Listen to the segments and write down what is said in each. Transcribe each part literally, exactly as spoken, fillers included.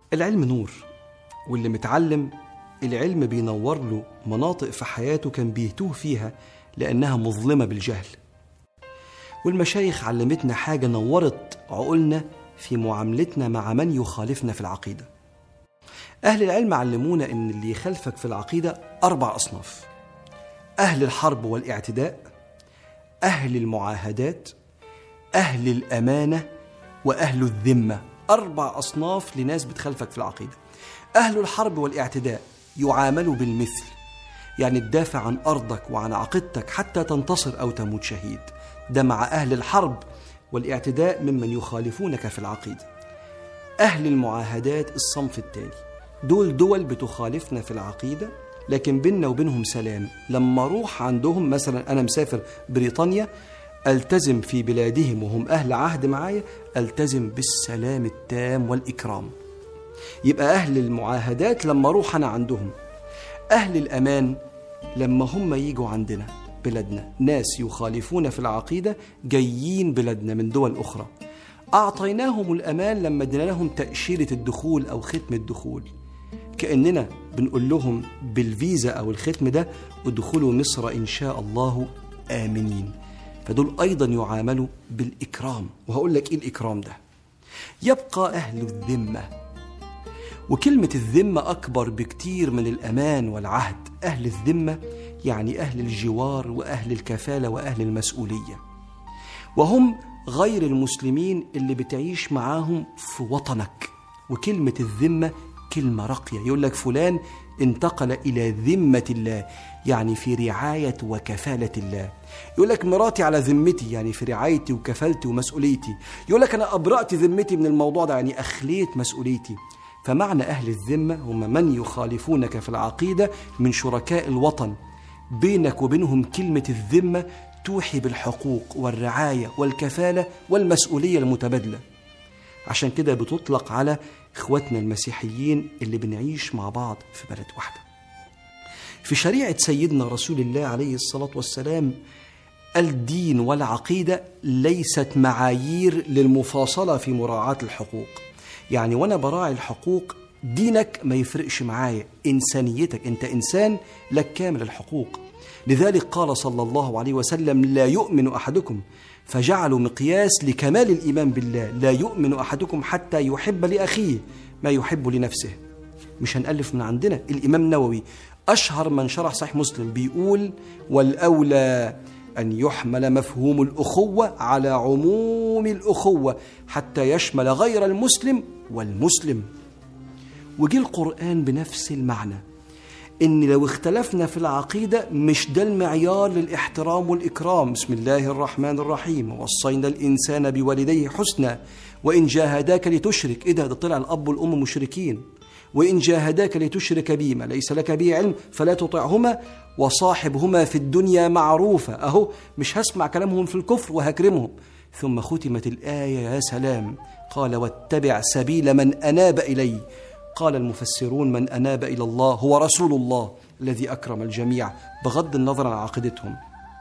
العلم نور، واللي متعلم العلم بينور له مناطق في حياته كان بيتوه فيها لأنها مظلمة بالجهل. والمشايخ علمتنا حاجة نورت عقولنا في معاملتنا مع من يخالفنا في العقيدة. أهل العلم علمونا إن اللي يخالفك في العقيدة أربع أصناف: أهل الحرب والاعتداء، أهل المعاهدات، أهل الأمانة، وأهل الذمة. أربع أصناف لناس بتخالفك في العقيدة. أهل الحرب والاعتداء يعاملوا بالمثل، يعني تدافع عن أرضك وعن عقيدتك حتى تنتصر أو تموت شهيد. ده مع أهل الحرب والاعتداء ممن يخالفونك في العقيدة. أهل المعاهدات الصنف التالي، دول دول بتخالفنا في العقيدة لكن بيننا وبينهم سلام. لما أروح عندهم مثلا أنا مسافر بريطانيا، ألتزم في بلادهم وهم أهل عهد معايا، ألتزم بالسلام التام والإكرام. يبقى أهل المعاهدات لما أروح أنا عندهم. أهل الأمان لما هم ييجوا عندنا بلادنا، ناس يخالفون في العقيدة جايين بلادنا من دول أخرى، أعطيناهم الأمان لما ادينا لهم تأشيرة الدخول أو ختم الدخول، كأننا بنقول لهم بالفيزا أو الختم ده ادخلوا مصر إن شاء الله آمنين. فدول أيضا يعاملوا بالإكرام، وهقول لك إيه الإكرام ده. يبقى أهل الذمة، وكلمة الذمة أكبر بكتير من الأمان والعهد. أهل الذمة يعني أهل الجوار وأهل الكفالة وأهل المسؤولية، وهم غير المسلمين اللي بتعيش معاهم في وطنك. وكلمة الذمة كلمة راقية، يقول لك فلان انتقل إلى ذمة الله، يعني في رعاية وكفالة الله. يقول لك مراتي على ذمتي، يعني في رعايتي وكفالتي ومسؤوليتي. يقول لك أنا أبرأت ذمتي من الموضوع ده، يعني أخليت مسؤوليتي. فمعنى أهل الذمة هم من يخالفونك في العقيدة من شركاء الوطن، بينك وبينهم كلمة الذمة توحي بالحقوق والرعاية والكفالة والمسؤولية المتبادلة. عشان كده بتطلق على إخواتنا المسيحيين اللي بنعيش مع بعض في بلد واحدة. في شريعة سيدنا رسول الله عليه الصلاة والسلام، الدين والعقيدة ليست معايير للمفاصلة في مراعاة الحقوق. يعني وأنا براعي الحقوق دينك ما يفرقش معايا، إنسانيتك أنت إنسان لك كامل الحقوق. لذلك قال صلى الله عليه وسلم: لا يؤمن أحدكم، فجعلوا مقياس لكمال الإيمان بالله: لا يؤمن أحدكم حتى يحب لأخيه ما يحب لنفسه. مش هنألف من عندنا. الإمام النووي أشهر من شرح صحيح مسلم بيقول: والأولى أن يحمل مفهوم الأخوة على عموم الأخوة حتى يشمل غير المسلم والمسلم. وجي القرآن بنفس المعنى، إن لو اختلفنا في العقيدة مش ده المعيار للاحترام والإكرام. بسم الله الرحمن الرحيم: ووصينا الإنسان بوالديه حسنا وإن جاهداك لتشرك. إيه ده؟ ده طلع الأب والأم مشركين. وإن جاهداك لتشرك بي ما ليس لك به علم فلا تطعهما وصاحبهما في الدنيا معروفة. أهو مش هسمع كلامهم في الكفر وهكرمهم. ثم ختمت الآية يا سلام، قال: واتبع سبيل من أناب إلي. قال المفسرون: من أناب إلى الله هو رسول الله الذي أكرم الجميع بغض النظر عن عقيدتهم.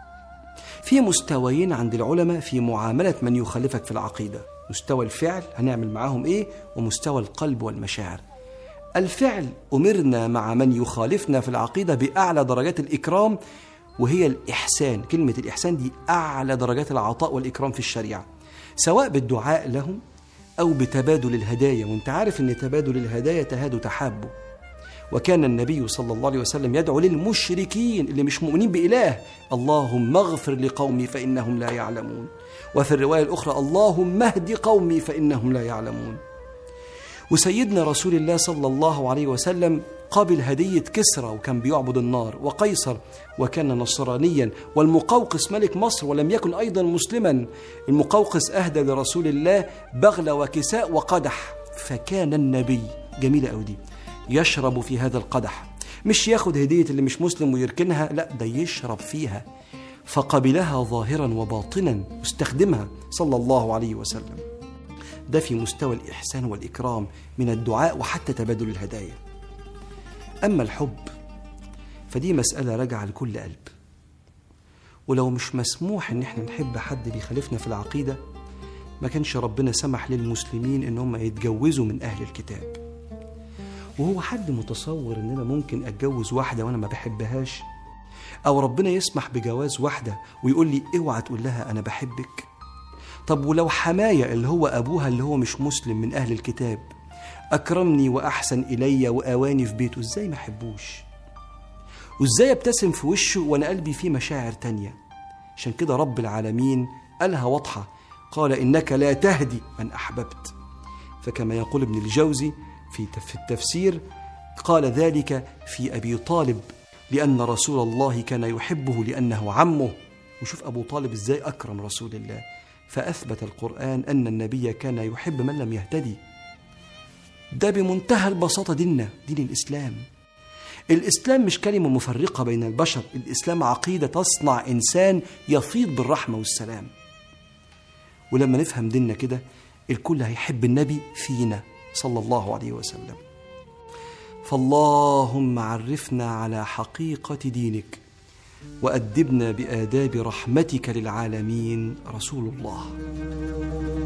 في مستويين عند العلماء في معاملة من يخالفك في العقيدة: مستوى الفعل هنعمل معاهم إيه، ومستوى القلب والمشاعر. الفعل أمرنا مع من يخالفنا في العقيدة بأعلى درجات الإكرام، وهي الإحسان. كلمة الإحسان دي أعلى درجات العطاء والإكرام في الشريعة، سواء بالدعاء لهم أو بتبادل الهدايا. وانت عارف أن تبادل الهدايا تهاد تحابه. وكان النبي صلى الله عليه وسلم يدعو للمشركين اللي مش مؤمنين بإله: اللهم اغفر لقومي فإنهم لا يعلمون. وفي الرواية الأخرى: اللهم اهد قومي فإنهم لا يعلمون. وسيدنا رسول الله صلى الله عليه وسلم قابل هدية كسرى وكان بيعبد النار، وقيصر وكان نصرانيا، والمقوقس ملك مصر ولم يكن أيضا مسلما. المقوقس أهدى لرسول الله بغل وكساء وقدح، فكان النبي، جميلة أوي دي، يشرب في هذا القدح. مش ياخد هدية اللي مش مسلم ويركنها، لا، ده يشرب فيها. فقبلها ظاهرا وباطنا واستخدمها صلى الله عليه وسلم. ده في مستوى الإحسان والإكرام من الدعاء وحتى تبادل الهدايا. أما الحب فدي مسألة راجعة لكل قلب، ولو مش مسموح إن احنا نحب حد بيخالفنا في العقيدة ما كانش ربنا سمح للمسلمين إن هم يتجوزوا من أهل الكتاب. وهو حد متصور ان انا ممكن اتجوز واحدة وانا ما بحبهاش؟ او ربنا يسمح بجواز واحدة ويقول لي اوعى تقول لها انا بحبك؟ طب ولو حماية اللي هو ابوها اللي هو مش مسلم من اهل الكتاب اكرمني واحسن الي واواني في بيته، ازاي ما احبوش؟ وازاي ابتسم في وشه وانا قلبي فيه مشاعر تانية؟ عشان كده رب العالمين قالها واضحة، قال إنك لا تهدي من أحببت. فكما يقول ابن الجوزي في التفسير قال ذلك في أبي طالب لأن رسول الله كان يحبه لأنه عمه. وشوف أبو طالب إزاي أكرم رسول الله، فأثبت القرآن أن النبي كان يحب من لم يهتدي. ده بمنتهى البساطة ديننا، دين الإسلام. الإسلام مش كلمة مفرقة بين البشر، الإسلام عقيدة تصنع إنسان يفيض بالرحمة والسلام. ولما نفهم ديننا كده الكل هيحب النبي فينا صلى الله عليه وسلم. فاللهم عرفنا على حقيقة دينك وأدبنا بآداب رحمتك للعالمين رسول الله.